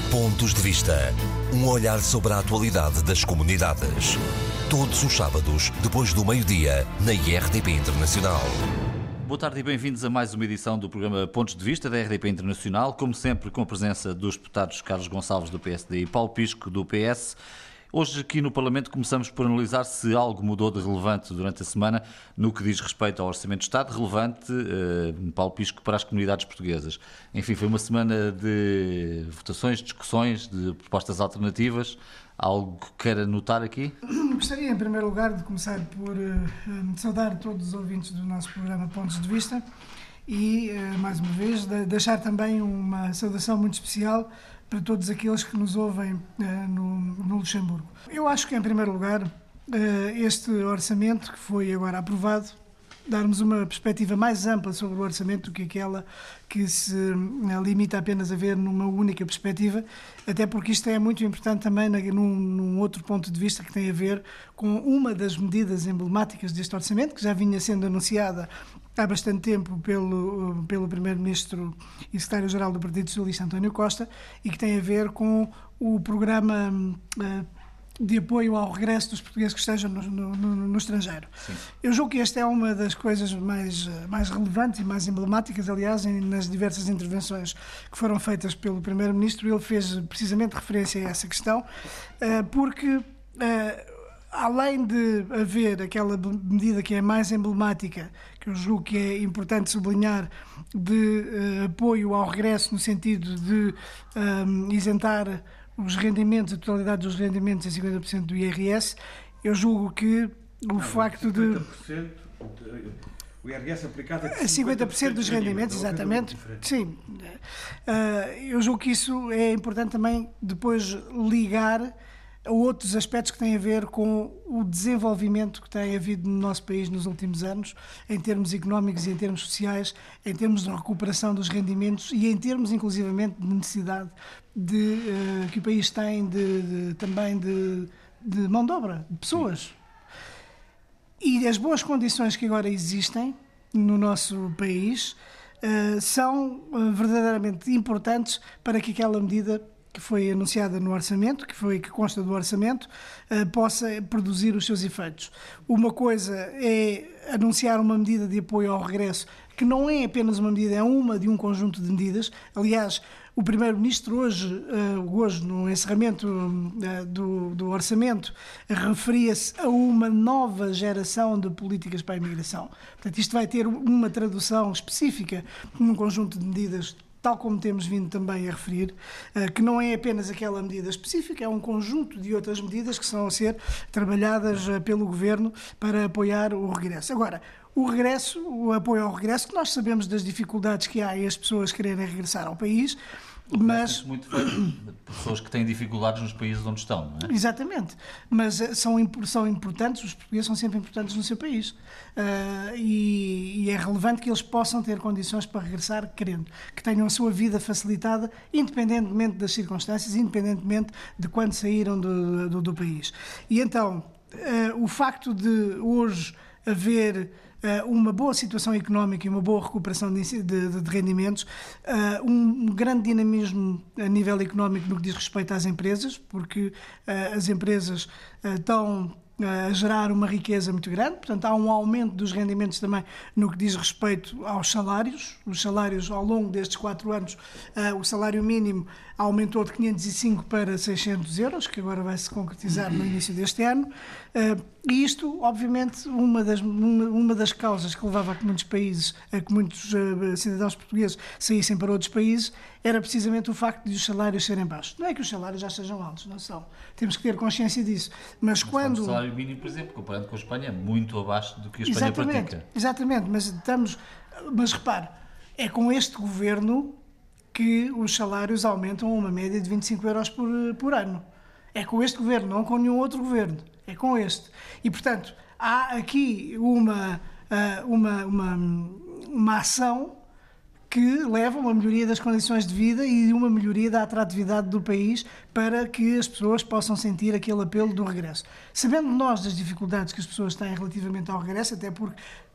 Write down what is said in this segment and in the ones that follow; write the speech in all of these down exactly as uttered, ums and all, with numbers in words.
Pontos de Vista. Um olhar sobre a atualidade das comunidades. Todos os sábados, depois do meio-dia, na I R D P Internacional. Boa tarde e bem-vindos a mais uma edição do programa Pontos de Vista da R D P Internacional, como sempre com a presença dos deputados Carlos Gonçalves do P S D e Paulo Pisco do P S. Hoje aqui no Parlamento começamos por analisar se algo mudou de relevante durante a semana no que diz respeito ao Orçamento de Estado, relevante, uh, Paulo Pisco, para as comunidades portuguesas. Enfim, foi uma semana de votações, discussões, de propostas alternativas. Algo que queira notar aqui? Gostaria, em primeiro lugar, de começar por uh, saudar todos os ouvintes do nosso programa Pontos de Vista e, uh, mais uma vez, de deixar também uma saudação muito especial para todos aqueles que nos ouvem uh, no, no Luxemburgo. Eu acho que, em primeiro lugar, uh, este orçamento que foi agora aprovado, darmos uma perspectiva mais ampla sobre o orçamento do que aquela que se uh, limita apenas a ver numa única perspectiva, até porque isto é muito importante também na, num, num outro ponto de vista que tem a ver com uma das medidas emblemáticas deste orçamento, que já vinha sendo anunciada há bastante tempo pelo, pelo Primeiro-Ministro e Secretário-Geral do Partido Socialista, António Costa, e que tem a ver com o programa uh, de apoio ao regresso dos portugueses que estejam no, no, no estrangeiro. Sim. Eu julgo que esta é uma das coisas mais, mais relevantes e mais emblemáticas, aliás, nas diversas intervenções que foram feitas pelo Primeiro-Ministro. Ele fez precisamente referência a essa questão, uh, porque... Uh, além de haver aquela medida que é mais emblemática, que eu julgo que é importante sublinhar, de uh, apoio ao regresso no sentido de um, isentar os rendimentos, a totalidade dos rendimentos em cinquenta por cento do I R S, eu julgo que o Não, facto de... cinquenta por cento, o I R S aplicado é de cinquenta por cento dos rendimentos, exatamente. Sim. Uh, eu julgo que isso é importante também depois ligar a outros aspectos que têm a ver com o desenvolvimento que tem havido no nosso país nos últimos anos, em termos económicos e em termos sociais, em termos de recuperação dos rendimentos e em termos, inclusivamente, de necessidade de, uh, que o país tem de, de, também de, de mão de obra, de pessoas. E as boas condições que agora existem no nosso país uh, são uh, verdadeiramente importantes para que aquela medida que foi anunciada no orçamento, que foi que consta do orçamento, uh, possa produzir os seus efeitos. Uma coisa é anunciar uma medida de apoio ao regresso, que não é apenas uma medida, é uma de um conjunto de medidas. Aliás, o Primeiro-Ministro hoje, uh, hoje no encerramento uh, do, do orçamento, referia-se a uma nova geração de políticas para a imigração. Portanto, isto vai ter uma tradução específica num conjunto de medidas, tal como temos vindo também a referir, que não é apenas aquela medida específica, é um conjunto de outras medidas que estão a ser trabalhadas pelo Governo para apoiar o regresso. Agora, o regresso, o apoio ao regresso, que nós sabemos das dificuldades que há em as pessoas quererem regressar ao país, mas... muito feito de pessoas que têm dificuldades nos países onde estão, não é? Exatamente, mas são, são importantes, os portugueses são sempre importantes no seu país, uh, e, e é relevante que eles possam ter condições para regressar querendo, que tenham a sua vida facilitada, independentemente das circunstâncias, independentemente de quando saíram do, do, do país. E então, uh, o facto de hoje haver uma boa situação económica e uma boa recuperação de, de, de rendimentos, uh, um, um grande dinamismo a nível económico no que diz respeito às empresas, porque uh, as empresas uh, estão a gerar uma riqueza muito grande, portanto há um aumento dos rendimentos também no que diz respeito aos salários. Os salários ao longo destes quatro anos, uh, o salário mínimo aumentou de quinhentos e cinco para seiscentos euros, que agora vai se concretizar no início deste ano, uh, e isto, obviamente, uma das, uma, uma das causas que levava a que muitos países, a que muitos uh, cidadãos portugueses saíssem para outros países, era precisamente o facto de os salários serem baixos. Não é que os salários já sejam altos, não são. Temos que ter consciência disso. Mas, mas quando... O salário mínimo, por exemplo, comparando com a Espanha, é muito abaixo do que a Espanha exatamente, pratica. Exatamente, mas estamos... Mas repare, é com este governo que os salários aumentam a uma média de vinte e cinco euros por, por ano. É com este governo, não com nenhum outro governo. É com este. E, portanto, há aqui uma, uma, uma, uma ação que leva a uma melhoria das condições de vida e uma melhoria da atratividade do país para que as pessoas possam sentir aquele apelo do regresso. Sabendo nós das dificuldades que as pessoas têm relativamente ao regresso, até porque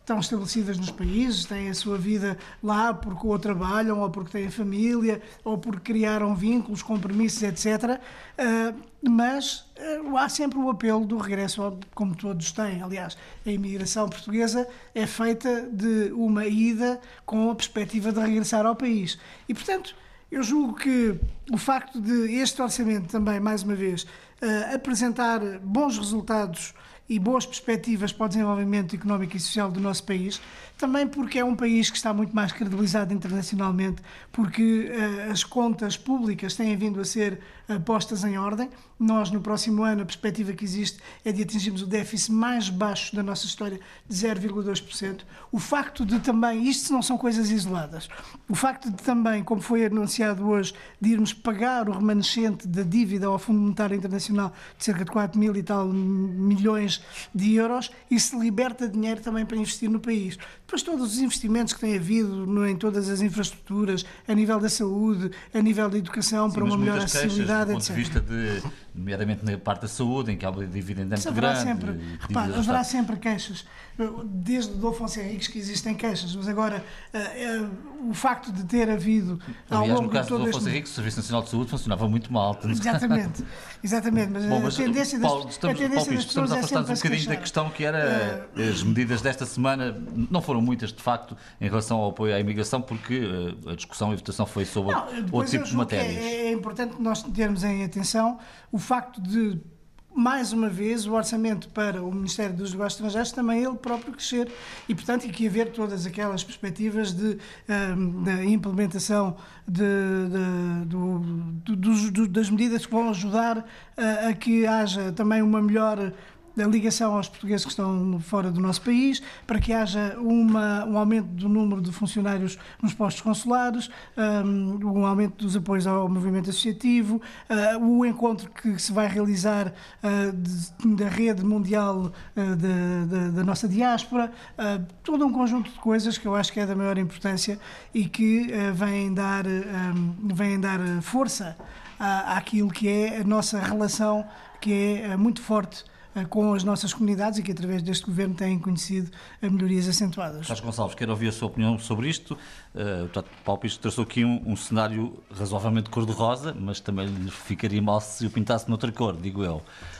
estão estabelecidas nos países, têm a sua vida lá porque ou trabalham, ou porque têm família, ou porque criaram vínculos, compromissos, etcétera. Mas há sempre o apelo do regresso, como todos têm. Aliás, a imigração portuguesa é feita de uma ida com a perspectiva de regressar ao país. E, portanto, eu julgo que o facto de este orçamento também, mais uma vez, apresentar bons resultados e boas perspectivas para o desenvolvimento económico e social do nosso país, também porque é um país que está muito mais credibilizado internacionalmente, porque uh, as contas públicas têm vindo a ser uh, postas em ordem. Nós, no próximo ano, a perspectiva que existe é de atingirmos o déficit mais baixo da nossa história, de zero vírgula dois por cento. O facto de também, isto não são coisas isoladas, o facto de também, como foi anunciado hoje, de irmos pagar o remanescente da dívida ao Fundo Monetário Internacional de cerca de quatro mil e tal milhões de euros, isso liberta dinheiro também para investir no país. Depois todos os investimentos que tem havido no, em todas as infraestruturas, a nível da saúde, a nível da educação, Sim, para uma melhor acessibilidade, etcétera. Do ponto de vista de, nomeadamente na parte da saúde, em que há uma dívida muito haverá grande. Sempre, repara, haverá sempre queixas. Desde o Afonso Henriques que existem queixas, mas agora uh, uh, o facto de ter havido ao Aliás, longo no caso de todo do Afonso este... Henriques, o Serviço Nacional de Saúde funcionava muito mal. Exatamente, exatamente, mas, Bom, mas a tendência das, Paulo, estamos, a tendência Paulo, das estamos pessoas a é afastar-nos sempre um bocadinho se da queixar. questão que era uh, as medidas desta semana, não foram muitas de facto em relação ao apoio à imigração, porque uh, a discussão e a votação foi sobre Não, outro tipo de matérias. É, é importante nós termos em atenção o facto de, mais uma vez, o orçamento para o Ministério dos Negócios Estrangeiros também ele próprio crescer e, portanto, e que haver todas aquelas perspectivas de, um, de implementação de, de, do, do, dos, do, das medidas que vão ajudar a, a que haja também uma melhor a ligação aos portugueses que estão fora do nosso país, para que haja uma, um aumento do número de funcionários nos postos consulares, um, um aumento dos apoios ao movimento associativo, uh, o encontro que se vai realizar uh, de, da rede mundial uh, de, de, da nossa diáspora, uh, todo um conjunto de coisas que eu acho que é da maior importância e que uh, vêm dar, um, vêm dar força à, àquilo que é a nossa relação, que é uh, muito forte com as nossas comunidades e que através deste governo têm conhecido melhorias acentuadas. Carlos Gonçalves, quero ouvir a sua opinião sobre isto. Uh, o Paulo Pisco traçou aqui um, um cenário razoavelmente cor-de-rosa, mas também lhe ficaria mal se o pintasse noutra cor, digo eu.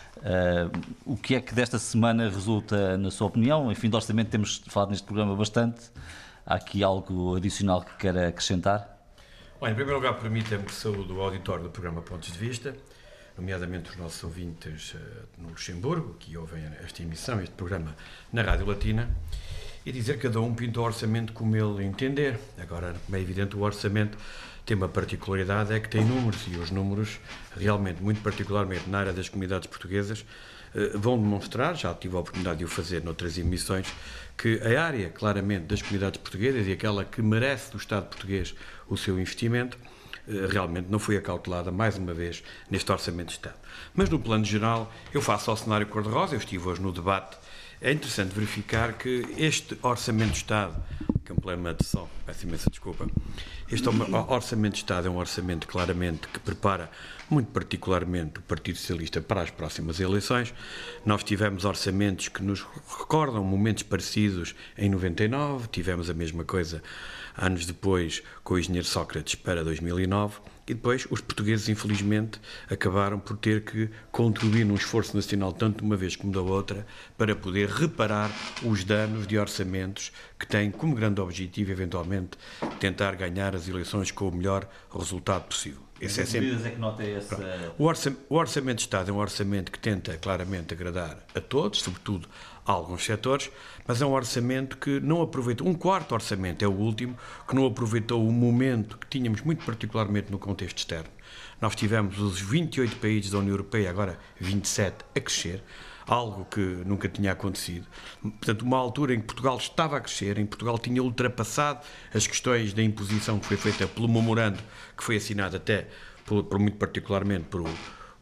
Uh, o que é que desta semana resulta, na sua opinião? Em fim de orçamento temos falado neste programa bastante. Há aqui algo adicional que queira acrescentar? Bom, em primeiro lugar, permita-me que saúde o auditório do programa Pontos de Vista, nomeadamente os nossos ouvintes uh, no Luxemburgo, que ouvem esta emissão, este programa na Rádio Latina, e dizer que cada um pinta o orçamento como ele entender. Agora, é evidente, o orçamento tem uma particularidade, é que tem números, e os números, realmente, muito particularmente na área das comunidades portuguesas, uh, vão demonstrar, já tive a oportunidade de o fazer noutras emissões, que a área, claramente, das comunidades portuguesas e aquela que merece do Estado português o seu investimento, realmente não foi acautelada, mais uma vez, neste Orçamento de Estado. Mas, no plano geral, eu faço ao cenário cor-de-rosa, eu estive hoje no debate, é interessante verificar que este Orçamento de Estado, que é um problema de som, peço imensa desculpa, este Orçamento de Estado é um orçamento, claramente, que prepara, muito particularmente, o Partido Socialista para as próximas eleições. Nós tivemos orçamentos que nos recordam momentos parecidos em noventa e nove, tivemos a mesma coisa anos depois com o engenheiro Sócrates para dois mil e nove, e depois os portugueses, infelizmente, acabaram por ter que contribuir num esforço nacional, tanto de uma vez como da outra, para poder reparar os danos de orçamentos que têm como grande objetivo, eventualmente, tentar ganhar as eleições com o melhor resultado possível. Esse é sempre... é que nota essa... o, orçamento, o Orçamento de Estado é um orçamento que tenta claramente agradar a todos, sobretudo a alguns setores, mas é um orçamento que não aproveitou, um quarto orçamento, é o último, que não aproveitou o momento que tínhamos muito particularmente no contexto externo. Nós tivemos os vinte e oito países da União Europeia, agora vinte e sete, a crescer, algo que nunca tinha acontecido. Portanto, uma altura em que Portugal estava a crescer, em que Portugal tinha ultrapassado as questões da imposição que foi feita pelo memorando, que foi assinado até, por, por muito particularmente, por,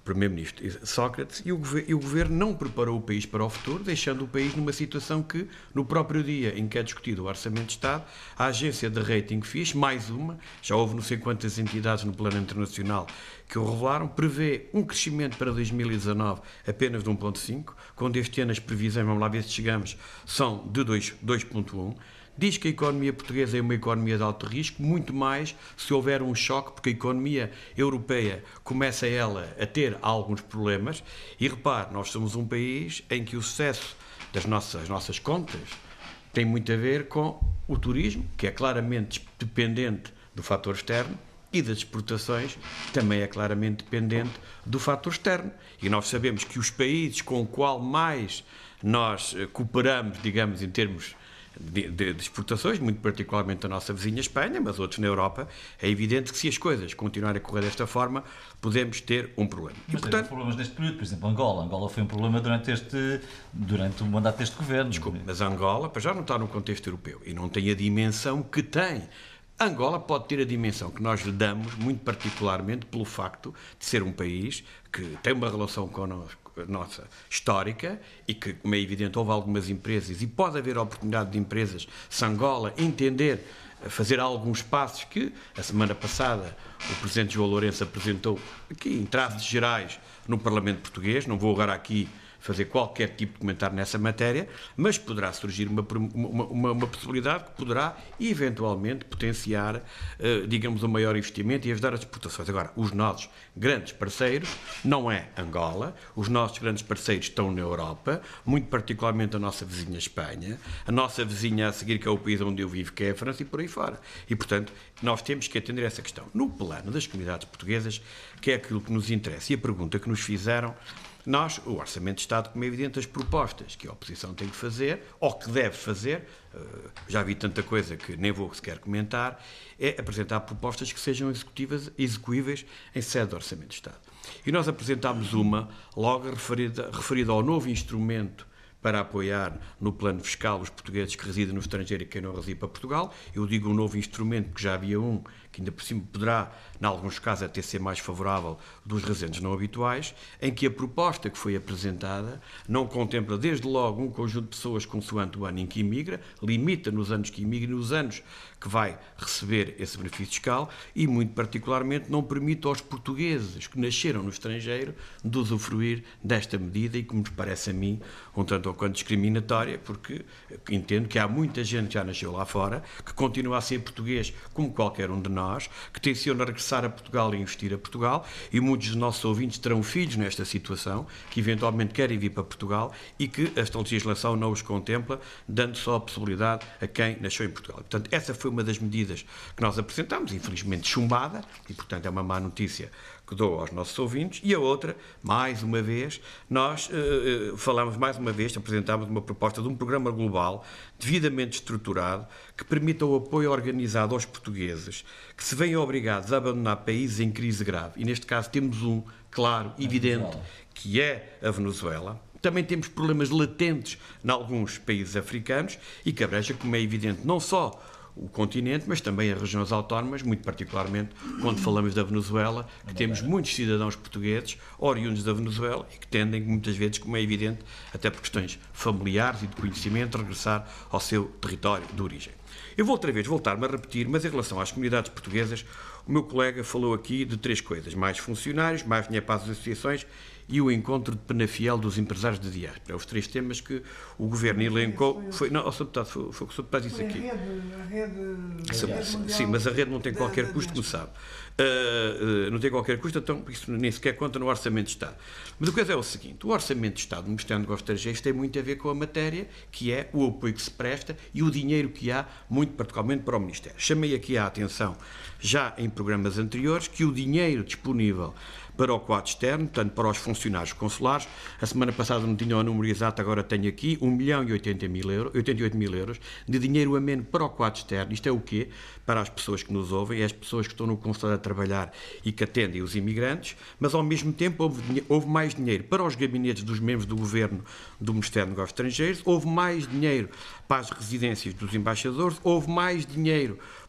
primeiro-ministro Sócrates, e o, e o governo não preparou o país para o futuro, deixando o país numa situação que, no próprio dia em que é discutido o Orçamento de Estado, a agência de rating Fitch, mais uma, já houve não sei quantas entidades no plano internacional que o revelaram, prevê um crescimento para dois mil e dezanove apenas de um vírgula cinco, quando este ano as previsões, vamos lá ver se chegamos, são de dois vírgula um. Diz que a economia portuguesa é uma economia de alto risco, muito mais se houver um choque, porque a economia europeia começa ela a ter alguns problemas. E repare, nós somos um país em que o sucesso das nossas, nossas contas tem muito a ver com o turismo, que é claramente dependente do fator externo, e das exportações também é claramente dependente do fator externo. E nós sabemos que os países com o qual mais nós cooperamos, digamos, em termos De, de, de exportações, muito particularmente a nossa vizinha Espanha, mas outros na Europa, é evidente que se as coisas continuarem a correr desta forma, podemos ter um problema. Mas e, portanto, problemas neste período, por exemplo, Angola. Angola foi um problema durante, este, durante o mandato deste governo. Desculpe, mas Angola, para já não está no contexto europeu e não tem a dimensão que tem. Angola pode ter a dimensão que nós lhe damos, muito particularmente pelo facto de ser um país que tem uma relação connosco nossa histórica e que, como é evidente, houve algumas empresas e pode haver oportunidade de empresas se Angola entender fazer alguns passos que a semana passada o Presidente João Lourenço apresentou aqui em traços gerais no Parlamento Português. Não vou agora aqui fazer qualquer tipo de comentário nessa matéria, mas poderá surgir uma, uma, uma, uma possibilidade que poderá eventualmente potenciar, uh, digamos, um maior investimento e ajudar as exportações. Agora, os nossos grandes parceiros não é Angola, os nossos grandes parceiros estão na Europa, muito particularmente a nossa vizinha Espanha, a nossa vizinha a seguir, que é o país onde eu vivo, que é a França, e por aí fora. E, portanto, nós temos que atender essa questão. No plano das comunidades portuguesas, que é aquilo que nos interessa, e a pergunta que nos fizeram, nós, o Orçamento de Estado, como é evidente, as propostas que a oposição tem que fazer, ou que deve fazer, já vi tanta coisa que nem vou sequer comentar, é apresentar propostas que sejam executivas, execuíveis em sede de Orçamento de Estado. E nós apresentámos uma, logo referida, referida ao novo instrumento para apoiar no plano fiscal os portugueses que residem no estrangeiro e quem não reside para Portugal. Eu digo um novo instrumento, porque já havia um, que ainda por cima poderá, em alguns casos, até ser mais favorável dos residentes não habituais, em que a proposta que foi apresentada não contempla desde logo um conjunto de pessoas consoante o ano em que imigra, limita nos anos que imigra e nos anos que vai receber esse benefício fiscal e, muito particularmente, não permite aos portugueses que nasceram no estrangeiro de usufruir desta medida e que me parece a mim um tanto ou quanto discriminatória, porque entendo que há muita gente que já nasceu lá fora, que continua a ser português como qualquer um de nós, que tenciona regressar a Portugal e investir a Portugal, e muitos dos nossos ouvintes terão filhos nesta situação, que eventualmente querem vir para Portugal e que esta legislação não os contempla, dando só a possibilidade a quem nasceu em Portugal. Portanto, essa foi uma das medidas que nós apresentámos, infelizmente chumbada, e portanto é uma má notícia que dou aos nossos ouvintes. E a outra, mais uma vez, nós uh, falamos mais uma vez, apresentámos uma proposta de um programa global devidamente estruturado que permita o apoio organizado aos portugueses que se veem obrigados a abandonar países em crise grave. E neste caso temos um, claro, evidente, que é a Venezuela. Também temos problemas latentes em alguns países africanos e que abrange, como é evidente, não só o continente, mas também as regiões autónomas, muito particularmente quando falamos da Venezuela, que temos muitos cidadãos portugueses oriundos da Venezuela e que tendem, muitas vezes, como é evidente, até por questões familiares e de conhecimento, a regressar ao seu território de origem. Eu vou outra vez voltar-me a repetir, mas em relação às comunidades portuguesas, o meu colega falou aqui de três coisas: mais funcionários, mais dinheiro para as associações e o encontro de penafiel dos empresários de diáspora. Os três temas que o Governo elencou. Foi, não, o Sr. Deputado, foi, foi o que o Sr. Deputado disse aqui. A rede, a rede sim, mas a rede não tem qualquer custo, como sabe. Uh, uh, não tem qualquer custo, então isso nem sequer conta no Orçamento de Estado. Mas o que é o seguinte: o Orçamento de Estado do Ministério dos Negócios Estrangeiros tem muito a ver com a matéria, que é o apoio que se presta e o dinheiro que há, muito particularmente para o Ministério. Chamei aqui a atenção, já em programas anteriores, que o dinheiro disponível para o quadro externo, portanto para os funcionários consulares, a semana passada não tinha o número exato, agora tenho aqui, um milhão e oitenta mil euros, oitenta e oito mil euros de dinheiro ameno para o quadro externo. Isto é o quê? Para as pessoas que nos ouvem, é as pessoas que estão no consulado a trabalhar e que atendem os imigrantes, mas ao mesmo tempo houve, houve mais dinheiro para os gabinetes dos membros do Governo do Ministério dos Negócios Estrangeiros, houve mais dinheiro para as residências dos embaixadores, houve mais dinheiro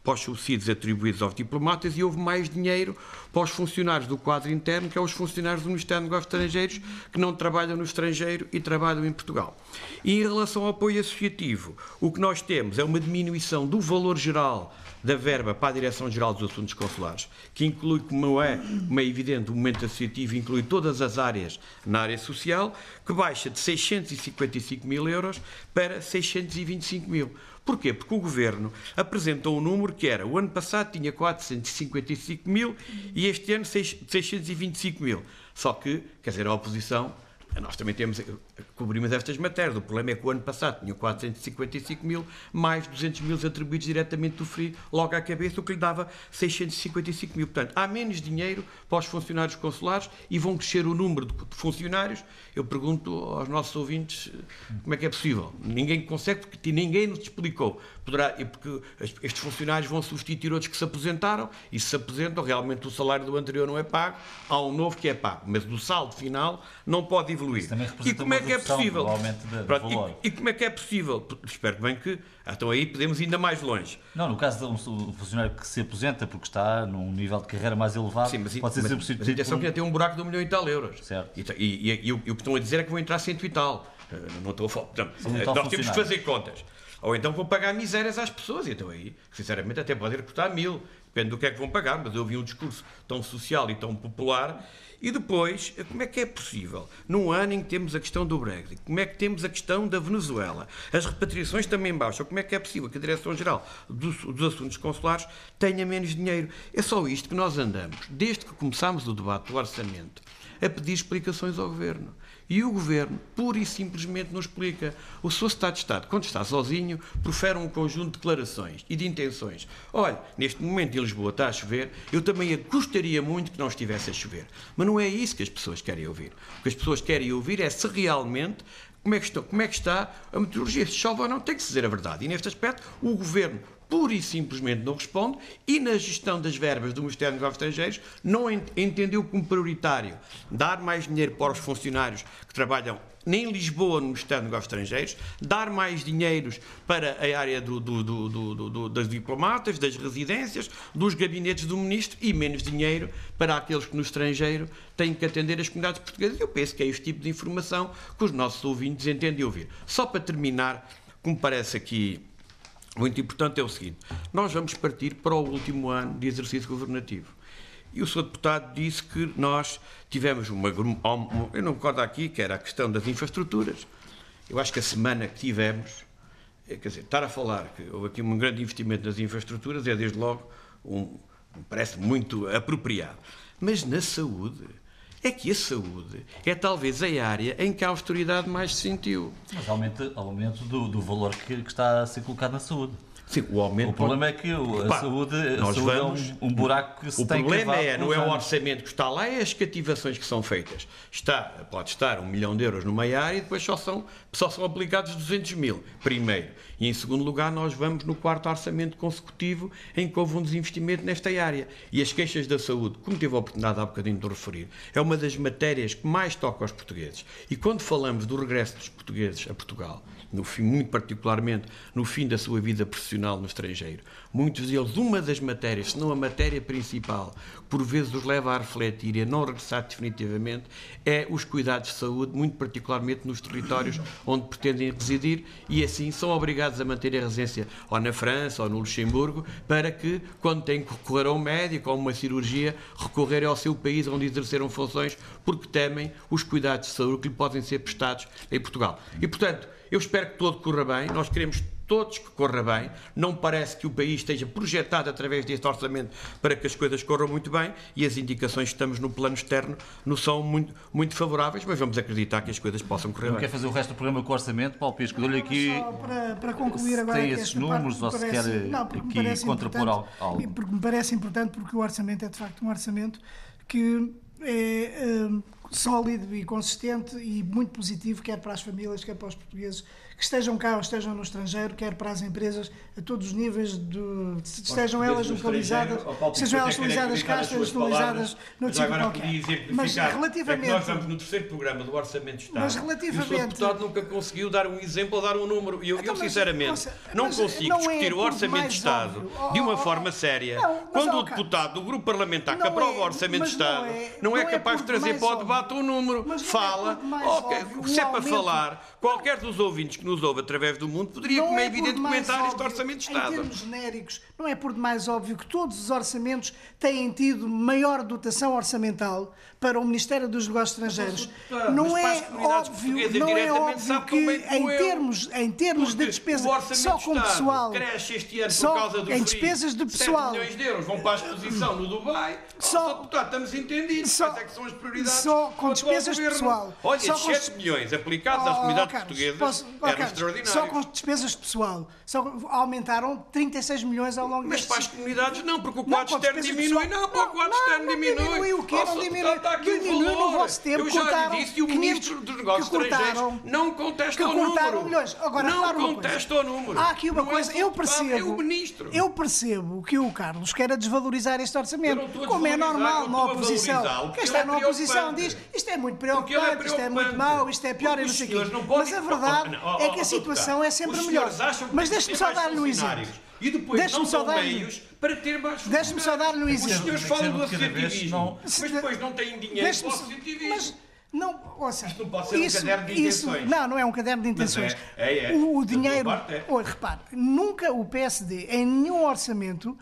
para os subsídios atribuídos aos diplomatas e houve mais dinheiro para os funcionários do quadro interno, que é os funcionários do Ministério dos Negócios Estrangeiros, que não trabalham no estrangeiro e trabalham em Portugal. E em relação ao apoio associativo, o que nós temos é uma diminuição do valor geral da verba para a Direção-Geral dos Assuntos Consulares, que inclui, como é, como é evidente, o momento associativo inclui todas as áreas na área social, que baixa de seiscentos e cinquenta e cinco mil euros para seiscentos e vinte e cinco mil. Porquê? Porque o Governo apresentou um número que era, o ano passado tinha quatrocentos e cinquenta e cinco mil e este ano seiscentos e vinte e cinco mil. Só que, quer dizer, a oposição, nós também temos, cobrimos estas matérias. O problema é que o ano passado tinha quatrocentos e cinquenta e cinco mil, mais duzentos mil atribuídos diretamente do F R I logo à cabeça, o que lhe dava seiscentos e cinquenta e cinco mil. Portanto, há menos dinheiro para os funcionários consulares e vão crescer o número de funcionários. Eu pergunto aos nossos ouvintes como é que é possível. Ninguém consegue, porque ninguém nos explicou. Poderá, porque estes funcionários vão substituir outros que se aposentaram e se se aposentam, realmente o salário do anterior não é pago, há um novo que é pago, mas do saldo final não pode evoluir. E como é que é possível? Pronto, e, e como é que é possível? Espero bem que, então aí podemos ir ainda mais longe. Não, no caso de um funcionário que se aposenta porque está num nível de carreira mais elevado, sim, mas, pode ser sempre substituído. Mas atenção que ainda tem um buraco de um milhão e tal euros. Certo. E, e, e, e o que estão a dizer é que vão entrar cento e tal. Não estou a falar. Portanto, nós temos que fazer contas. Ou então vão pagar misérias às pessoas. E então aí, sinceramente, até podem recortar mil. Depende do que é que vão pagar, mas eu ouvi um discurso tão social e tão popular. E depois, como é que é possível, num ano em que temos a questão do Brexit, como é que temos a questão da Venezuela, as repatriações também baixam, como é que é possível que a Direção-Geral dos, dos Assuntos Consulares tenha menos dinheiro? É só isto que nós andamos, desde que começámos o debate do orçamento, a pedir explicações ao Governo. E o Governo, pura e simplesmente, não explica. O seu Estado de Estado, quando está sozinho, profere um conjunto de declarações e de intenções. Olha, neste momento em Lisboa está a chover, eu também gostaria muito que não estivesse a chover. Mas não é isso que as pessoas querem ouvir. O que as pessoas querem ouvir é se realmente... Como é, que está, como é que está a meteorologia? Se chove ou não, tem que se dizer a verdade. E neste aspecto, o Governo pura e simplesmente não responde e na gestão das verbas do Ministério dos Negócios Estrangeiros não ent entendeu como prioritário dar mais dinheiro para os funcionários que trabalham nem em Lisboa no Ministério dos Negócios Estrangeiros, dar mais dinheiros para a área do, do, do, do, do, das diplomatas, das residências, dos gabinetes do Ministro e menos dinheiro para aqueles que no estrangeiro têm que atender as comunidades portuguesas. Eu penso que é este tipo de informação que os nossos ouvintes entendem ouvir. Só para terminar, como parece aqui muito importante, é o seguinte: nós vamos partir para o último ano de exercício governativo. E o senhor Deputado disse que nós tivemos uma... Eu não me recordo aqui, que era a questão das infraestruturas. Eu acho que a semana que tivemos... Quer dizer, estar a falar que houve aqui um grande investimento nas infraestruturas é, desde logo, um, parece muito apropriado. Mas na saúde... É que a saúde é talvez a área em que a austeridade mais se sentiu. Mas aumenta o aumento do, do valor que, que está a ser colocado na saúde. Sim, o aumento... O problema é que a Pá, saúde, a saúde vamos, é um, um buraco que se o tem que... O problema é, não é o orçamento que está lá, é as cativações que são feitas. Está, pode estar um milhão de euros numa área e depois só são, só são aplicados duzentos mil, primeiro. E em segundo lugar, nós vamos no quarto orçamento consecutivo em que houve um desinvestimento nesta área. E as queixas da saúde, como tive a oportunidade há bocadinho de referir, é uma das matérias que mais toca aos portugueses. E quando falamos do regresso dos portugueses a Portugal, no fim, muito particularmente no fim da sua vida profissional no estrangeiro, muitos deles, uma das matérias, se não a matéria principal, por vezes os leva a refletir e a não regressar definitivamente, é os cuidados de saúde, muito particularmente nos territórios onde pretendem residir, e assim são obrigados a manter a residência ou na França ou no Luxemburgo, para que, quando têm que recorrer a um médico ou uma cirurgia, recorrerem ao seu país onde exerceram funções, porque temem os cuidados de saúde que lhe podem ser prestados em Portugal. E, portanto, eu espero que tudo corra bem, nós queremos todos que corra bem, não parece que o país esteja projetado através deste orçamento para que as coisas corram muito bem e as indicações que estamos no plano externo não são muito, muito favoráveis, mas vamos acreditar que as coisas possam correr não bem. Quer fazer o resto do programa com o orçamento? Paulo Pisco, dou-lhe aqui... Só para, para concluir agora... Tem esses números ou se quer não, aqui contrapor algo? Porque me parece importante, porque o orçamento é de facto um orçamento que é... é sólido e consistente e muito positivo, quer para as famílias, quer para os portugueses, que estejam cá ou estejam no estrangeiro, quer para as empresas, a todos os níveis, de, estejam elas localizadas, sejam elas localizadas cá, estejam localizadas no sítio qualquer. Mas relativamente... É nós vamos no terceiro programa do Orçamento de Estado, mas relativamente... e o senhor Deputado nunca conseguiu dar um exemplo ou dar um número. E eu, então, eu sinceramente, mas, não mas, consigo não discutir é o Orçamento de Estado óbvio. de uma oh, forma séria, não, quando oh, o deputado do grupo parlamentar que aprova o Orçamento de Estado não é, não é capaz de trazer para o debate um número. Fala, se é para falar, qualquer dos ouvintes que nos ouve através do mundo poderia, como é evidente, comentar este Orçamento de Estado. Em termos genéricos, não é por demais óbvio que todos os orçamentos têm tido maior dotação orçamental para o Ministério dos Negócios Estrangeiros. Não é óbvio, não é óbvio que em termos, em termos de despesas só com pessoal, cresce este ano por causa do em despesas de pessoal, sete milhões de euros vão para a exposição no Dubai. Só, deputado, estamos entendidos, só, quais é que são as prioridades? Só com despesas de pessoal. Olha, só estes sete milhões aplicados às comunidades portuguesas eram extraordinários. Só com despesas de pessoal. Só aumentaram trinta e seis milhões ao longo Mas destes... para as comunidades não, porque o quadro externo diminui. Não, para o quadro externo diminui. Não diminui o quê? Não diminui. Está aqui o valor. No vosso tempo, eu já lhe disse, e o Ministro dos Negócios Estrangeiros não contesta o número. Milhões. Agora, não contesta o número. Há aqui uma coisa, eu percebo... É o Ministro. Eu percebo que o Carlos quer desvalorizar este orçamento, como é normal na oposição. Quem está na oposição diz, isto é muito preocupante, isto é muito mau, isto é pior e não sei o quê. Mas a verdade é que a situação é sempre melhor. Mas deixe-me só dar-lhe um exemplo. E depois não dão meios para ter mais funcionários. Deixe-me só dar-lhe um exemplo. Os senhores falam do associativismo, mas depois não têm dinheiro para o associativismo. Não, ouça, isto não pode ser isso, um caderno de intenções. Isso, não, não é um caderno de intenções. É, é, é. O, o dinheiro... É. Olha, repare, nunca o P S D, em nenhum orçamento,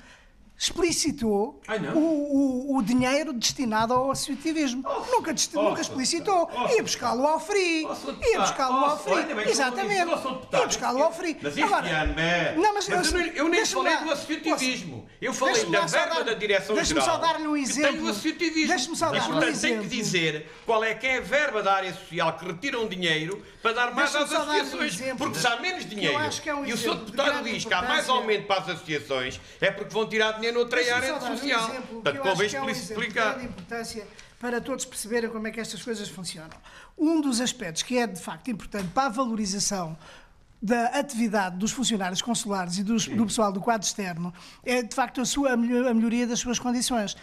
explicitou o, o, o dinheiro destinado ao associativismo. Oh, nunca, desti- oh, nunca explicitou. Oh, ia buscá-lo ao Free. Oh, ia buscá-lo ao Free. Exatamente. Ia buscá-lo ao Free. Mas este ano, é... não, mas, mas eu, eu, eu nem falei do associativismo. Eu falei da verba da Direção-Geral. Deixa-me só dar-lhe um exemplo. Tem o associativismo. Deixa-me só dar-lhe um exemplo. Tem que dizer qual é que é a verba da área social que retiram dinheiro para dar mais às associações. Um porque se há menos dinheiro é um e o seu deputado diz que há mais aumento para as associações, é porque vão tirar dinheiro noutra área social. Um Portanto, convém é um explicar. De importância para todos perceberem como é que estas coisas funcionam. Um dos aspectos que é de facto importante para a valorização da atividade dos funcionários consulares e dos, do pessoal do quadro externo é de facto a, sua, a melhoria das suas condições.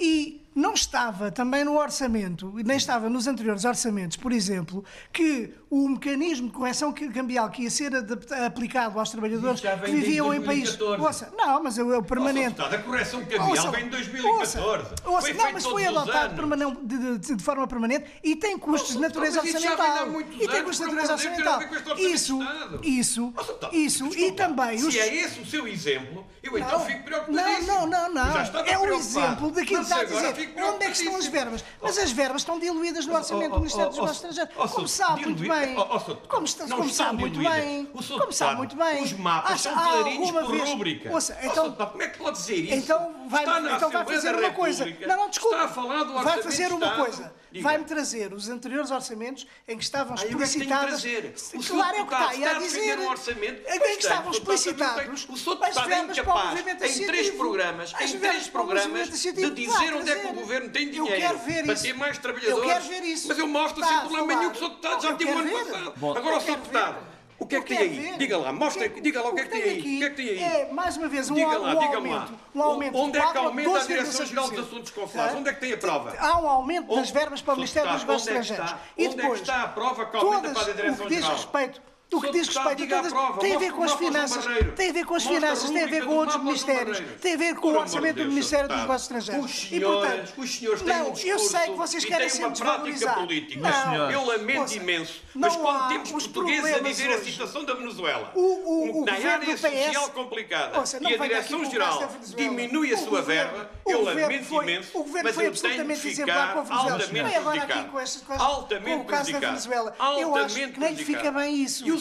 E não estava também no orçamento, nem estava nos anteriores orçamentos, por exemplo, que o mecanismo de correção cambial que ia ser aplicado aos trabalhadores que viviam em países... Ouça, não, mas é o permanente... Ouça, a correção cambial ouça, vem em dois mil e catorze. Ouça, ouça, foi não, mas foi adotado de, de, de forma permanente e tem custos de natureza orçamental. E tem custos de natureza orçamental. Isso, isso, isso, e também... Se é esse o seu exemplo, eu então fico preocupadíssimo. Não, não, não, não. É o exemplo daquilo que está a dizer. Onde é que estão as verbas? Mas as verbas estão diluídas no orçamento do Ministério dos Negócios Estrangeiros. Como sabe muito bem. Como sabe muito bem. Como sabe muito bem. Os mapas são clarinhos por rúbrica. Então, como é que pode dizer isso? Então vai fazer uma coisa. Não, não, desculpe. Está a falar do orçamento. Vai fazer uma coisa. Vai-me trazer os anteriores orçamentos em que estavam explicitadas. Claro, é o que está aí a dizer. Em que estavam explicitados as verbas para o movimento associativo. Em três programas, em três programas de dizer onde é que o governo tem dinheiro para ter mais trabalhadores. Eu quero ver isso. Mas eu mostro sem problema nenhum que o senhor deputado já tive o ano passado. Agora o senhor deputado. O que é que tem aí? Diga lá, mostra, diga lá o que é que tem aí. O que é que tem aí? É, mais uma vez, um, diga lá, um diga aumento. Lá. Um aumento onde é que aumenta a Direção-Geral dos Assuntos Consulares? Onde é que tem a prova? Há um aumento das verbas para o Ministério dos Negócios Estrangeiros. E depois, onde é que está a prova que aumenta para a Direção-Geral? O que diz respeito a todas, tem a ver com as finanças, tem a ver com as finanças, tem a ver com outros ministérios, tem a ver com o orçamento do Ministério dos Negócios Estrangeiros. E portanto, os senhores têm um discurso eu sei que vocês querem sempre desvalorizar. Não, eu lamento imenso, mas quando temos portugueses a viver a situação da Venezuela, na área social complicada e a Direção-Geral diminui a sua verba, eu lamento imenso, mas eu tenho que ficar altamente prejudicado. Altamente prejudicado. Eu acho que nem fica bem isso.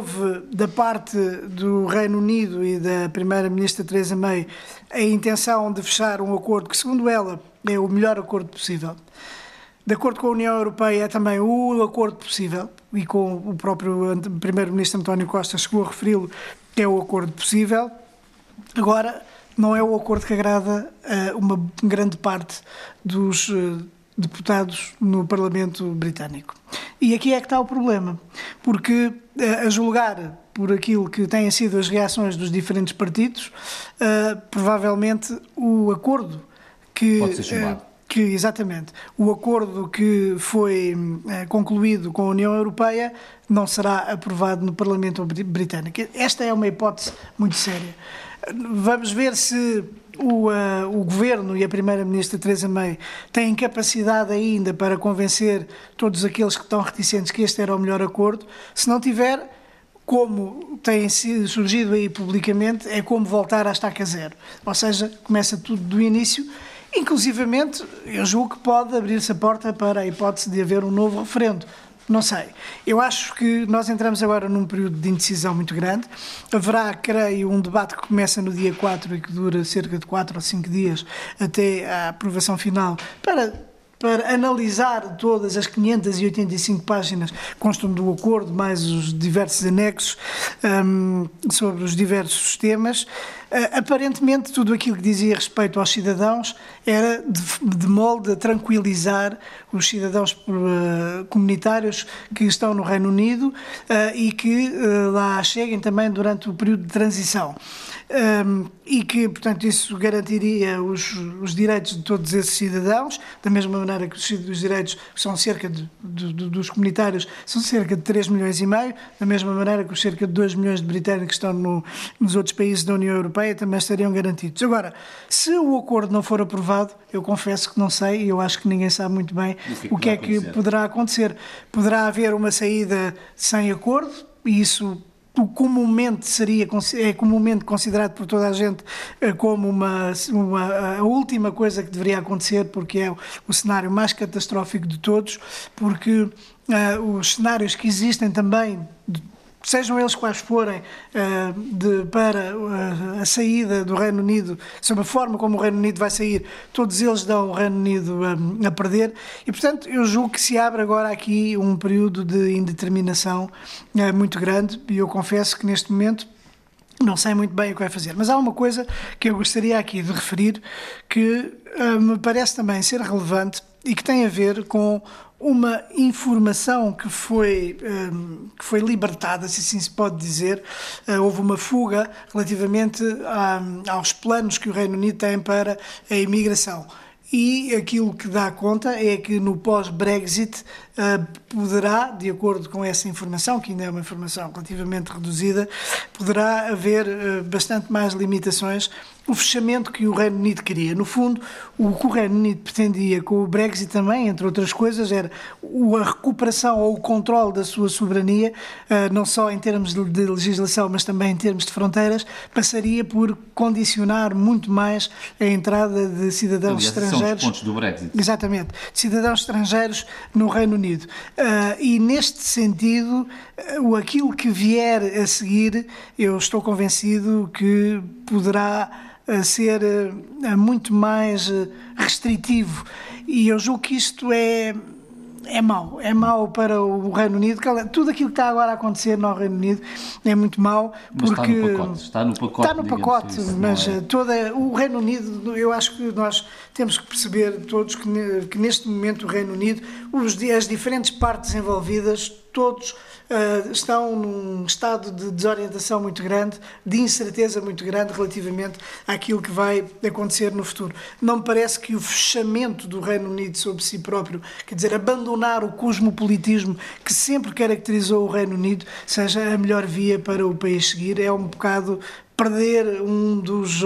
houve da parte do Reino Unido e da Primeira-Ministra Theresa May a intenção de fechar um acordo que, segundo ela, é o melhor acordo possível. De acordo com a União Europeia, é também o acordo possível, e com o próprio Primeiro-Ministro António Costa chegou a referi-lo, que é o acordo possível. Agora, não é o acordo que agrada a uma grande parte dos, deputados no Parlamento Britânico. E aqui é que está o problema, porque a julgar por aquilo que têm sido as reações dos diferentes partidos, uh, provavelmente o acordo que... Pode ser chumbado. Uh, que, exatamente, o acordo que foi uh, concluído com a União Europeia não será aprovado no Parlamento Britânico. Esta é uma hipótese muito séria. Vamos ver se o, uh, o Governo e a Primeira-Ministra Theresa May têm capacidade ainda para convencer todos aqueles que estão reticentes que este era o melhor acordo. Se não tiver, como tem surgido aí publicamente, é como voltar à estaca zero. Ou seja, começa tudo do início. Inclusivamente, eu julgo que pode abrir-se a porta para a hipótese de haver um novo referendo. Não sei. Eu acho que nós entramos agora num período de indecisão muito grande. Haverá, creio, um debate que começa no dia quatro e que dura cerca de quatro ou cinco dias até à aprovação final para... para analisar todas as quinhentas e oitenta e cinco páginas que constam do acordo, mais os diversos anexos um, sobre os diversos temas. Uh, aparentemente, tudo aquilo que dizia respeito aos cidadãos era de, de molde a tranquilizar os cidadãos uh, comunitários que estão no Reino Unido uh, e que uh, lá cheguem também durante o período de transição. Um, e que, portanto, isso garantiria os, os direitos de todos esses cidadãos, da mesma maneira que os, os direitos que são cerca de, de, de, dos comunitários são cerca de três milhões e meio, da mesma maneira que os cerca de dois milhões de britânicos que estão no, nos outros países da União Europeia também estariam garantidos. Agora, se o acordo não for aprovado, eu confesso que não sei, e eu acho que ninguém sabe muito bem o que é que poderá acontecer. Poderá haver uma saída sem acordo, e isso comumente seria, é comumente considerado por toda a gente como uma, uma, a última coisa que deveria acontecer, porque é o, o cenário mais catastrófico de todos, porque uh, os cenários que existem também, sejam eles quais forem, de, para a saída do Reino Unido, sobre a forma como o Reino Unido vai sair, todos eles dão o Reino Unido a, a perder e, portanto, eu julgo que se abre agora aqui um período de indeterminação muito grande e eu confesso que neste momento não sei muito bem o que vai fazer. Mas há uma coisa que eu gostaria aqui de referir que uh, me parece também ser relevante e que tem a ver com uma informação que foi, um, que foi libertada, se assim se pode dizer. Uh, houve uma fuga relativamente a, aos planos que o Reino Unido tem para a imigração. E aquilo que dá conta é que no pós-Brexit uh, poderá, de acordo com essa informação, que ainda é uma informação relativamente reduzida, poderá haver uh, bastante mais limitações. O fechamento que o Reino Unido queria. No fundo, o que o Reino Unido pretendia com o Brexit também, entre outras coisas, era a recuperação ou o controle da sua soberania, não só em termos de legislação, mas também em termos de fronteiras, passaria por condicionar muito mais a entrada de cidadãos Aliás, estrangeiros. São os pontos do Brexit. Exatamente, de cidadãos estrangeiros no Reino Unido. E neste sentido, aquilo que vier a seguir, eu estou convencido que poderá a ser uh, muito mais uh, restritivo e eu julgo que isto é, é mau, é mau para o Reino Unido. Tudo aquilo que está agora a acontecer no Reino Unido é muito mau porque mas está no pacote, está no pacote, está no pacote isso, mas é? toda, o Reino Unido, eu acho que nós temos que perceber todos que, que neste momento o Reino Unido, os, as diferentes partes envolvidas, todos Uh, estão num estado de desorientação muito grande, de incerteza muito grande relativamente àquilo que vai acontecer no futuro. Não me parece que o fechamento do Reino Unido sobre si próprio, quer dizer, abandonar o cosmopolitismo que sempre caracterizou o Reino Unido, seja a melhor via para o país seguir. É um bocado perder um dos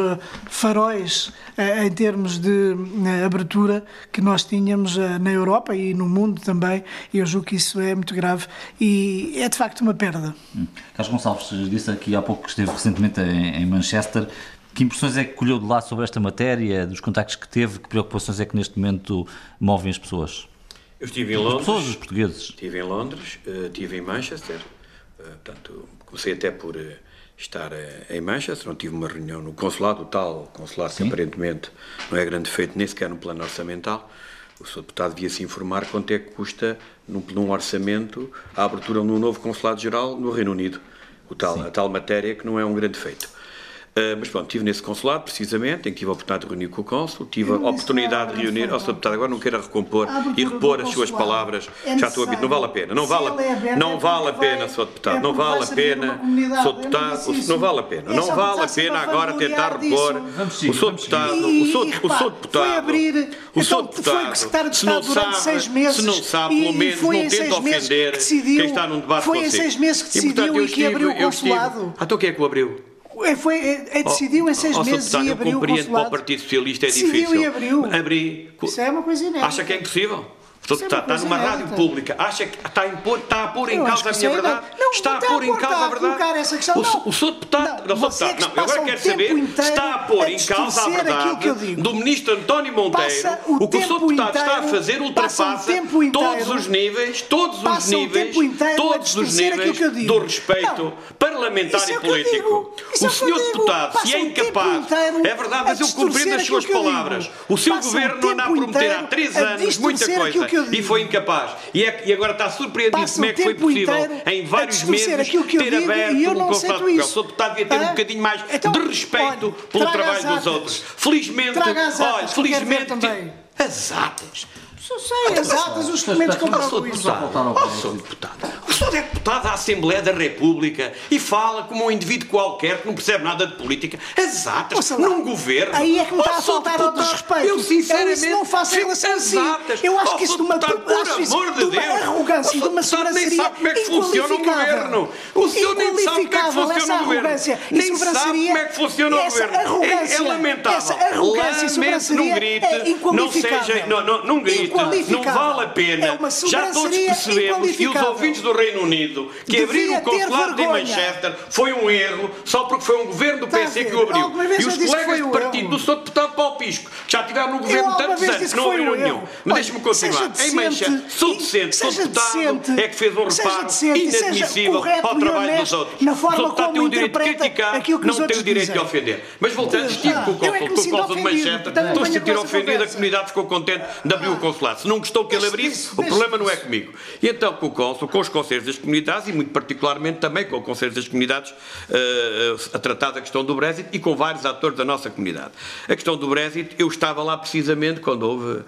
faróis em termos de abertura que nós tínhamos na Europa e no mundo também. Eu julgo que isso é muito grave e é de facto uma perda. Hum. Carlos Gonçalves disse aqui há pouco que esteve recentemente em Manchester. Que impressões é que colheu de lá sobre esta matéria, dos contactos que teve, que preocupações é que neste momento movem as pessoas? Eu estive em Londres. As pessoas, os portugueses. Estive em Londres, estive em Manchester, portanto, comecei até por estar em Manchester, onde tive uma reunião no consulado, o tal consulado Sim. que aparentemente não é grande feito nem sequer no plano orçamental. O senhor deputado devia se informar quanto é que custa, num, num orçamento, a abertura de um novo consulado-geral no Reino Unido. O tal, a tal matéria que não é um grande feito. Uh, mas pronto, estive nesse consulado, precisamente, em que tive a oportunidade de reunir com o cônsul, tive a oportunidade de reunir, ao senhor Deputado, agora não quero recompor e repor as suas palavras, já estou a ouvir, não vale a pena, não vale, não vale a pena, senhor Deputado, não vale a pena, senhor Deputado, não vale a pena, não vale a pena agora tentar repor, o senhor Deputado, o senhor Deputado, o senhor Deputado, se não sabe, se não sabe, pelo menos não tenta ofender quem está num debate consigo. Foi em seis meses que decidiu e que abriu o consulado. Ah, então quem é que o abriu? Foi, é, é, decidiu em seis oh, meses oh, e eu abriu o compreendo consulado. Para o Partido Socialista é decidiu difícil. E abriu. Abri. Isso é uma coisa inédita. Acha que é impossível? Está, é está numa inédita. rádio pública. Acha que está a, impor, está a pôr em Eu causa a minha é verdade? Não, está não a pôr em causa a verdade? Essa questão, o, não. o senhor deputado. Não, não, você deputado, é que não eu agora quero saber se está a pôr a em causa a verdade que eu digo. do ministro António Monteiro. O, o que o senhor deputado está a fazer ultrapassa inteiro, todos os níveis, todos os níveis, todos os níveis do respeito não. parlamentar e político. O senhor deputado, se é incapaz, é verdade, mas eu compreendo as suas palavras. O seu governo não anda a prometer há três anos muita coisa e foi incapaz. E, é, e agora está surpreendido Passa como é que foi possível em vários meses ter aberto um consulado de Portugal. O senhor deputado devia ter um bocadinho mais então, de respeito olha, pelo trabalho dos outros. Felizmente, olha, felizmente, as atas. Eu sei, as atas, os documentos comprovam isso. O senhor deputado, o senhor é deputado da Assembleia da República e fala como um indivíduo qualquer que não percebe nada de política. As atas, num governo. Aí é que me está a faltar ao respeito. Eu, sinceramente, eu não faço em relação a si. Eu acho que isso de uma, por amor de Deus, arrogância, de uma nem sabe como é que funciona um governo. O senhor nem sabe como é que funciona um governo. Nem sabe como é que funciona um governo. É lamentável. Essa arrogância e sobranceria é inqualificável. Não grite. Não vale a pena. É já todos percebemos, e os ouvintes do Reino Unido, que abrir o consulado em Manchester foi um erro, só porque foi um governo do P S que o abriu. E os colegas do partido do senhor deputado Paulo Pisco, que já estiveram no governo tantos anos, não abriram nenhum. Mas deixe-me continuar. Em Manchester, sou decente, sou deputado, é que fez um reparo inadmissível ao trabalho dos outros. O senhor deputado tem o direito de criticar, não tem o direito de ofender. Mas voltando, estive com o cônsul de Manchester, estou a sentir ofendido, a comunidade ficou contente de abrir o consulado. Se não gostou que ele abrisse, o problema não é comigo. E então, com o cônsul, com os conselhos das comunidades, e muito particularmente também com o Conselho das Comunidades, uh, a tratar da questão do Brexit e com vários atores da nossa comunidade. A questão do Brexit, eu estava lá precisamente quando houve uh,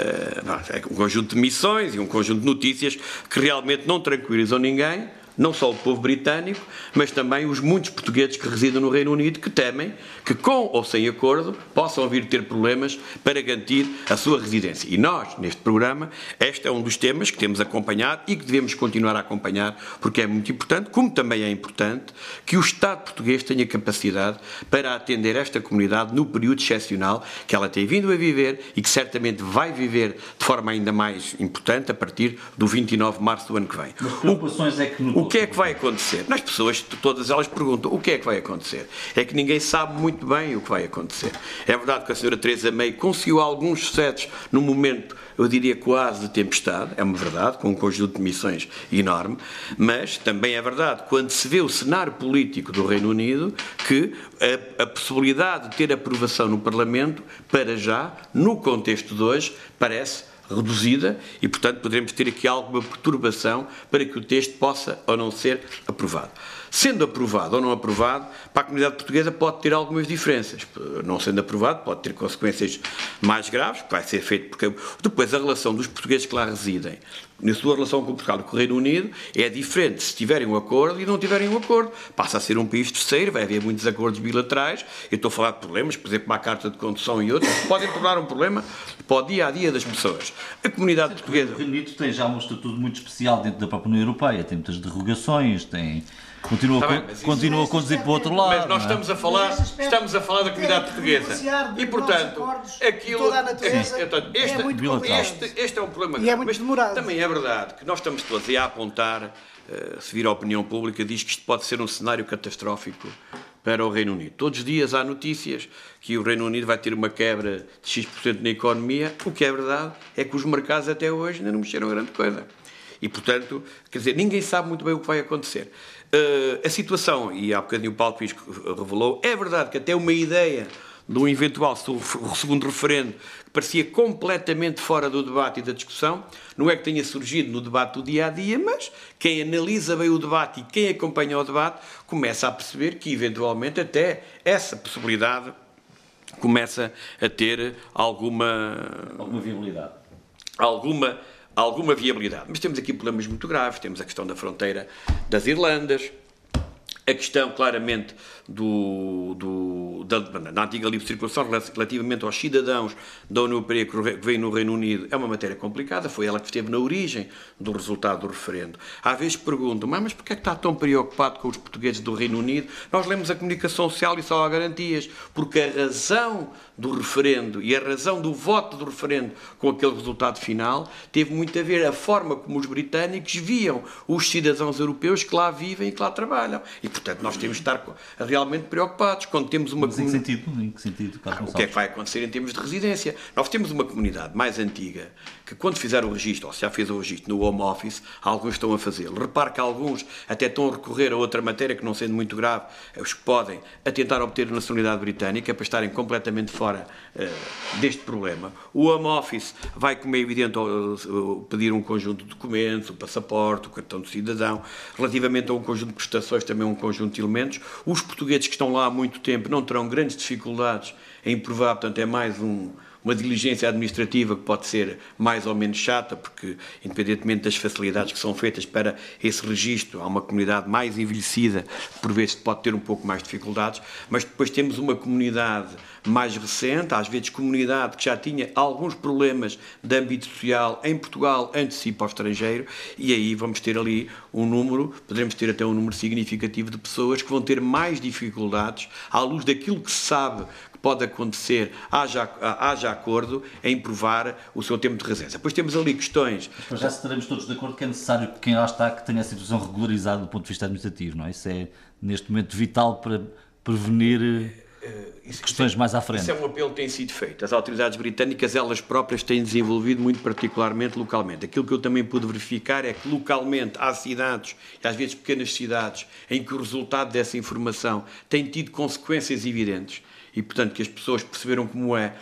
um conjunto de missões e um conjunto de notícias que realmente não tranquilizam ninguém, não só o povo britânico, mas também os muitos portugueses que residem no Reino Unido que temem que, com ou sem acordo, possam vir ter problemas para garantir a sua residência. E nós, neste programa, este é um dos temas que temos acompanhado e que devemos continuar a acompanhar, porque é muito importante, como também é importante, que o Estado português tenha capacidade para atender esta comunidade no período excepcional que ela tem vindo a viver e que certamente vai viver de forma ainda mais importante a partir do vinte e nove de março do ano que vem. As preocupações é que no O que é que vai acontecer? As pessoas, todas elas perguntam, o que é que vai acontecer? É que ninguém sabe muito bem o que vai acontecer. É verdade que a senhora Teresa May conseguiu alguns sucessos no momento, eu diria quase de tempestade, é uma verdade, com um conjunto de missões enorme, mas também é verdade, quando se vê o cenário político do Reino Unido, que a, a possibilidade de ter aprovação no Parlamento, para já, no contexto de hoje, parece reduzida e, portanto, poderemos ter aqui alguma perturbação para que o texto possa ou não ser aprovado. Sendo aprovado ou não aprovado, para a comunidade portuguesa pode ter algumas diferenças. Não sendo aprovado, pode ter consequências mais graves, que vai ser feito porque depois a relação dos portugueses que lá residem, na sua relação com Portugal e com o Reino Unido, é diferente se tiverem um acordo e não tiverem um acordo. Passa a ser um país terceiro, vai haver muitos acordos bilaterais. Eu estou a falar de problemas, por exemplo, uma carta de condução e outros, que podem tornar um problema para o dia a dia das pessoas. A comunidade Sim, portuguesa. O Reino Unido tem já um estatuto muito especial dentro da própria União Europeia, tem muitas derrogações, tem. Continua, tá bem, continua a conduzir para o outro lado. Mas nós é? estamos a falar, estamos a falar da comunidade portuguesa. E, portanto, aquilo. Este, este, este é um problema grave. E é muito demorado. Mas também é verdade que nós estamos todos a apontar, uh, se vir a opinião pública, diz que isto pode ser um cenário catastrófico para o Reino Unido. Todos os dias há notícias que o Reino Unido vai ter uma quebra de X por cento na economia. O que é verdade é que os mercados até hoje ainda não mexeram grande coisa. E, portanto, quer dizer, ninguém sabe muito bem o que vai acontecer. Uh, a situação, e há bocadinho o Paulo Pisco revelou, é verdade que até uma ideia de um eventual segundo referendo que parecia completamente fora do debate e da discussão. Não é que tenha surgido no debate do dia-a-dia, mas quem analisa bem o debate e quem acompanha o debate começa a perceber que, eventualmente, até essa possibilidade começa a ter alguma... Alguma viabilidade. Alguma, alguma viabilidade. Mas temos aqui problemas muito graves. Temos a questão da fronteira das Irlandas, a questão, claramente, do, do, da, da antiga livre circulação relativamente aos cidadãos da União Europeia que vêm no Reino Unido é uma matéria complicada, foi ela que esteve na origem do resultado do referendo. Às vezes pergunto, mas porquê é que está tão preocupado com os portugueses do Reino Unido? Nós lemos a comunicação social e só há garantias, porque a razão do referendo e a razão do voto do referendo com aquele resultado final teve muito a ver a forma como os britânicos viam os cidadãos europeus que lá vivem e que lá trabalham. E, portanto, nós temos de estar realmente preocupados quando temos uma Mas em que sentido? Em que sentido, Carlos ah, o que é que vai acontecer em termos de residência? Nós temos uma comunidade mais antiga que, quando fizer o registro, ou se já fez o registro no Home Office, alguns estão a fazê-lo. Repare que alguns até estão a recorrer a outra matéria que, não sendo muito grave, os que podem, a tentar obter a nacionalidade britânica para estarem completamente fora uh, deste problema. O Home Office vai, como é evidente, pedir um conjunto de documentos, o passaporte, o cartão de cidadão, relativamente a um conjunto de prestações, também um conjunto de elementos. Os portugueses que estão lá há muito tempo não terão grandes dificuldades em provar, portanto é mais um, uma diligência administrativa que pode ser mais ou menos chata, porque independentemente das facilidades que são feitas para esse registro, há uma comunidade mais envelhecida que por vezes pode ter um pouco mais de dificuldades, mas depois temos uma comunidade mais recente, às vezes comunidade que já tinha alguns problemas de âmbito social em Portugal antes de ir para o estrangeiro, e aí vamos ter ali um número, poderemos ter até um número significativo de pessoas que vão ter mais dificuldades, à luz daquilo que se sabe que pode acontecer, haja, haja acordo em provar o seu tempo de residência. Depois temos ali questões... Mas já estaremos todos de acordo que é necessário que quem lá está que tenha a situação regularizada do ponto de vista administrativo, não é? Isso é, neste momento, vital para prevenir... Isso, questões isso é, mais à frente. Isso é um apelo que tem sido feito. As autoridades britânicas, elas próprias, têm desenvolvido muito particularmente localmente. Aquilo que eu também pude verificar é que localmente há cidades, e às vezes pequenas cidades, em que o resultado dessa informação tem tido consequências evidentes. E, portanto, que as pessoas perceberam como é.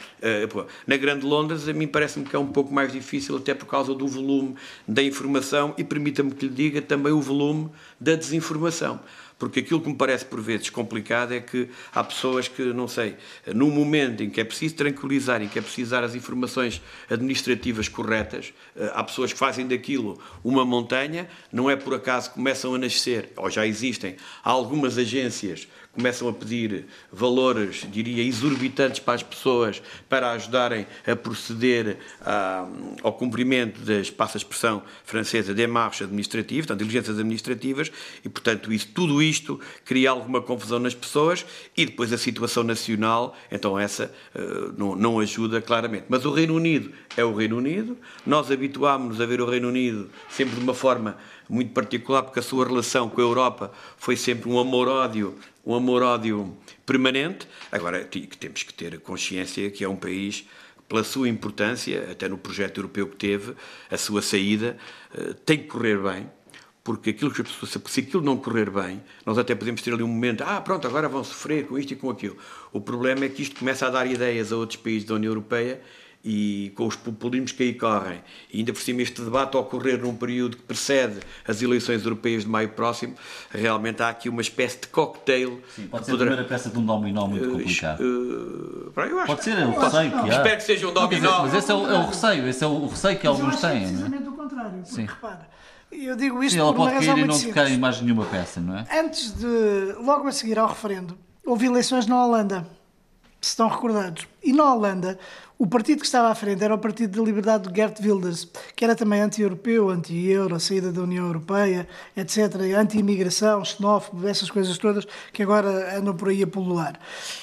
Na Grande Londres, a mim parece-me que é um pouco mais difícil, até por causa do volume da informação e, permita-me que lhe diga, também o volume da desinformação. Porque aquilo que me parece por vezes complicado é que há pessoas que, não sei, num momento em que é preciso tranquilizar, em que é preciso dar as informações administrativas corretas, há pessoas que fazem daquilo uma montanha, não é por acaso que começam a nascer, ou já existem, há algumas agências começam a pedir valores, diria, exorbitantes para as pessoas para ajudarem a proceder a, ao cumprimento das, passa a expressão francesa, démarches administrativas, portanto, diligências administrativas, e, portanto, isso, tudo isto cria alguma confusão nas pessoas e depois a situação nacional, então essa uh, não, não ajuda claramente. Mas o Reino Unido é o Reino Unido, nós habituámos-nos a ver o Reino Unido sempre de uma forma muito particular, porque a sua relação com a Europa foi sempre um amor-ódio, um amor-ódio permanente. Agora, temos que ter consciência que é um país, pela sua importância, até no projeto europeu que teve, a sua saída, tem que correr bem, porque aquilo que as pessoas, se aquilo não correr bem, nós até podemos ter ali um momento, ah, pronto, agora vão sofrer com isto e com aquilo. O problema é que isto começa a dar ideias a outros países da União Europeia e com os populismos que aí correm, e ainda por cima este debate a ocorrer num período que precede as eleições europeias de maio próximo, realmente há aqui uma espécie de cocktail. Sim, pode ser poderá... a primeira peça de um dominó muito complicado. Uh, uh, eu acho pode ser, é o receio que há. Espero que seja um dominó. Mas esse é o, é o receio, esse é o receio que mas alguns têm. É precisamente o contrário, porque Sim. repara, eu digo isto Sim, ela por uma pode razão cair e muito não simples. tocar em mais nenhuma peça, não é? Antes de, logo a seguir ao referendo, houve eleições na Holanda, se estão recordados. E na Holanda, o partido que estava à frente era o Partido da Liberdade de Geert Wilders, que era também anti-europeu, anti-euro, saída da União Europeia, etcétera, anti-imigração, xenófobo, essas coisas todas que agora andam por aí a pulular.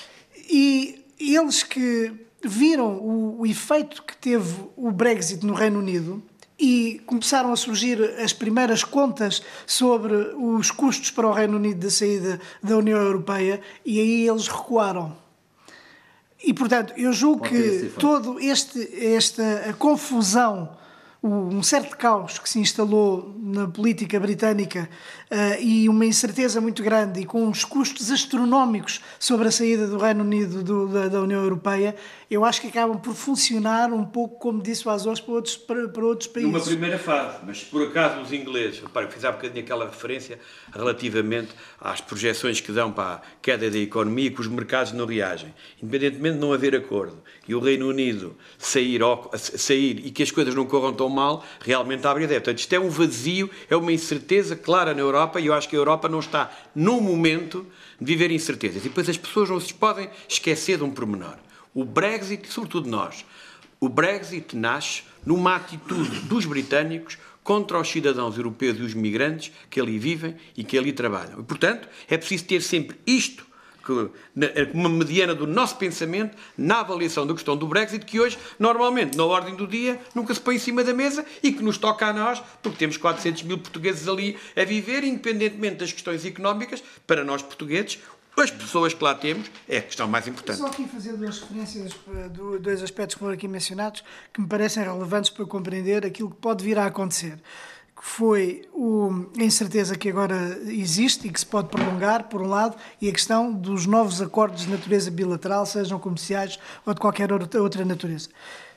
E eles que viram o, o efeito que teve o Brexit no Reino Unido e começaram a surgir as primeiras contas sobre os custos para o Reino Unido da saída da União Europeia, e aí eles recuaram. E, portanto, eu julgo que toda esta a confusão um certo caos que se instalou na política britânica uh, e uma incerteza muito grande e com uns custos astronómicos sobre a saída do Reino Unido do, da, da União Europeia, eu acho que acabam por funcionar um pouco, como disse o Azores, para outros, para, para outros países. Numa primeira fase, mas se por acaso os ingleses, repare, fiz há bocadinho aquela referência relativamente às projeções que dão para a queda da economia e que os mercados não reagem. Independentemente de não haver acordo e o Reino Unido sair, sair e que as coisas não corram tão mal, realmente abre a ideia. Portanto, isto é um vazio, é uma incerteza clara na Europa e eu acho que a Europa não está no momento de viver incertezas. E depois as pessoas não se podem esquecer de um pormenor. O Brexit, e sobretudo nós, o Brexit nasce numa atitude dos britânicos contra os cidadãos europeus e os migrantes que ali vivem e que ali trabalham. E, portanto, é preciso ter sempre isto como uma mediana do nosso pensamento na avaliação da questão do Brexit, que hoje, normalmente, na ordem do dia, nunca se põe em cima da mesa e que nos toca a nós, porque temos quatrocentos mil portugueses ali a viver, independentemente das questões económicas, para nós portugueses, as pessoas que lá temos é a questão mais importante. Só aqui fazer duas referências, dois aspectos que foram aqui mencionados, que me parecem relevantes para compreender aquilo que pode vir a acontecer. Que foi o, a incerteza que agora existe e que se pode prolongar, por um lado, e a questão dos novos acordos de natureza bilateral, sejam comerciais ou de qualquer outra natureza.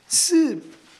Se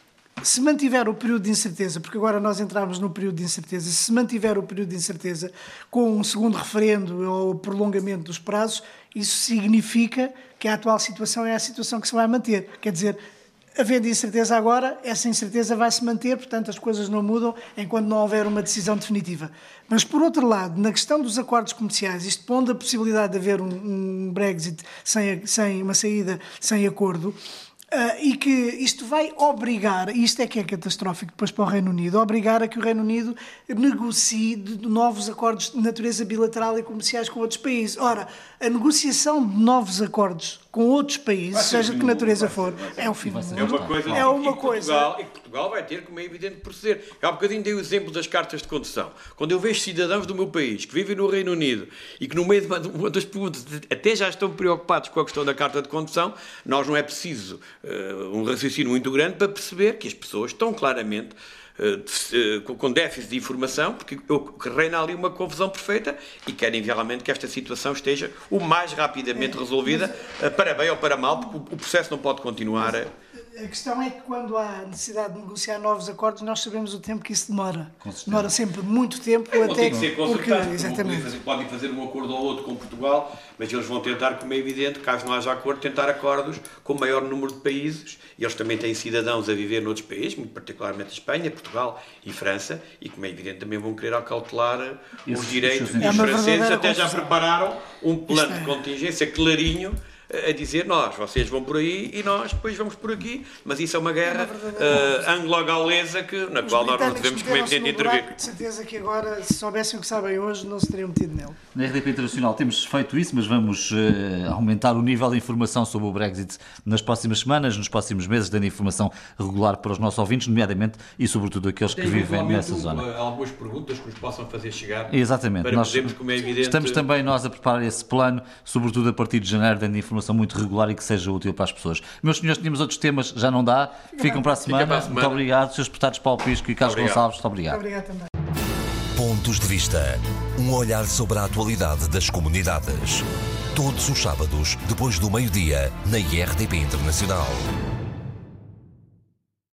se mantiver o período de incerteza, porque agora nós entramos no período de incerteza, se mantiver o período de incerteza com um segundo referendo ou prolongamento dos prazos, isso significa que a atual situação é a situação que se vai manter. Quer dizer, havendo incerteza agora, essa incerteza vai se manter, portanto as coisas não mudam enquanto não houver uma decisão definitiva. Mas, por outro lado, na questão dos acordos comerciais, isto pondo a possibilidade de haver um, um Brexit sem, sem uma saída sem acordo, Uh, e que isto vai obrigar, e isto é que é catastrófico depois para o Reino Unido, obrigar a que o Reino Unido negocie de, de novos acordos de natureza bilateral e comerciais com outros países. Ora, a negociação de novos acordos com outros países, seja de que natureza for, é o fim do mundo. É uma coisa, é uma e, coisa. Portugal, e Portugal vai ter, como é evidente, proceder. Há um bocadinho dei o exemplo das cartas de condução. Quando eu vejo cidadãos do meu país que vivem no Reino Unido e que no meio de uma das perguntas até já estão preocupados com a questão da carta de condução, nós não é preciso uh, um raciocínio muito grande para perceber que as pessoas estão claramente uh, com déficit de informação, porque reina ali uma confusão perfeita e querem realmente que esta situação esteja o mais rapidamente resolvida, uh, para bem ou para mal, porque o processo não pode continuar. Uh, A questão é que quando há necessidade de negociar novos acordos, nós sabemos o tempo que isso demora. Demora sempre muito tempo. É, até tem que ser consultado. Porque, exatamente. Fazer, podem fazer um acordo ou outro com Portugal, mas eles vão tentar, como é evidente, caso não haja acordo, tentar acordos com o maior número de países. E eles também têm cidadãos a viver noutros países, muito particularmente Espanha, Portugal e França, e como é evidente também vão querer acautelar os isso, direitos dos é franceses. Até confusão. Já prepararam um plano é. de contingência clarinho a dizer, nós, vocês vão por aí e nós depois vamos por aqui, mas isso é uma guerra uh, anglo-gaulesa que, na Os qual nós não devemos, como é evidente, intervir. De certeza que agora, se soubessem o que sabem hoje, não se teriam metido nele. Na R D P Internacional temos feito isso, mas vamos uh, aumentar o nível de informação sobre o Brexit nas próximas semanas, nos próximos meses, dando informação regular para os nossos ouvintes, nomeadamente e sobretudo aqueles que Tem vivem nessa um, zona. Algumas perguntas que nos possam fazer chegar. Exatamente. Para nós podermos, como é evidente, estamos também nós a preparar esse plano, sobretudo a partir de janeiro, dando informação muito regular e que seja útil para as pessoas. Meus senhores, tínhamos outros temas, já não dá. Ficam para a semana. para a semana. Muito obrigado. Seus deputados Paulo Pisco e Carlos Obrigado. Gonçalves, muito obrigado. Muito obrigado também. Pontos de Vista. Um olhar sobre a atualidade das comunidades. Todos os sábados, depois do meio-dia, na I R D P Internacional.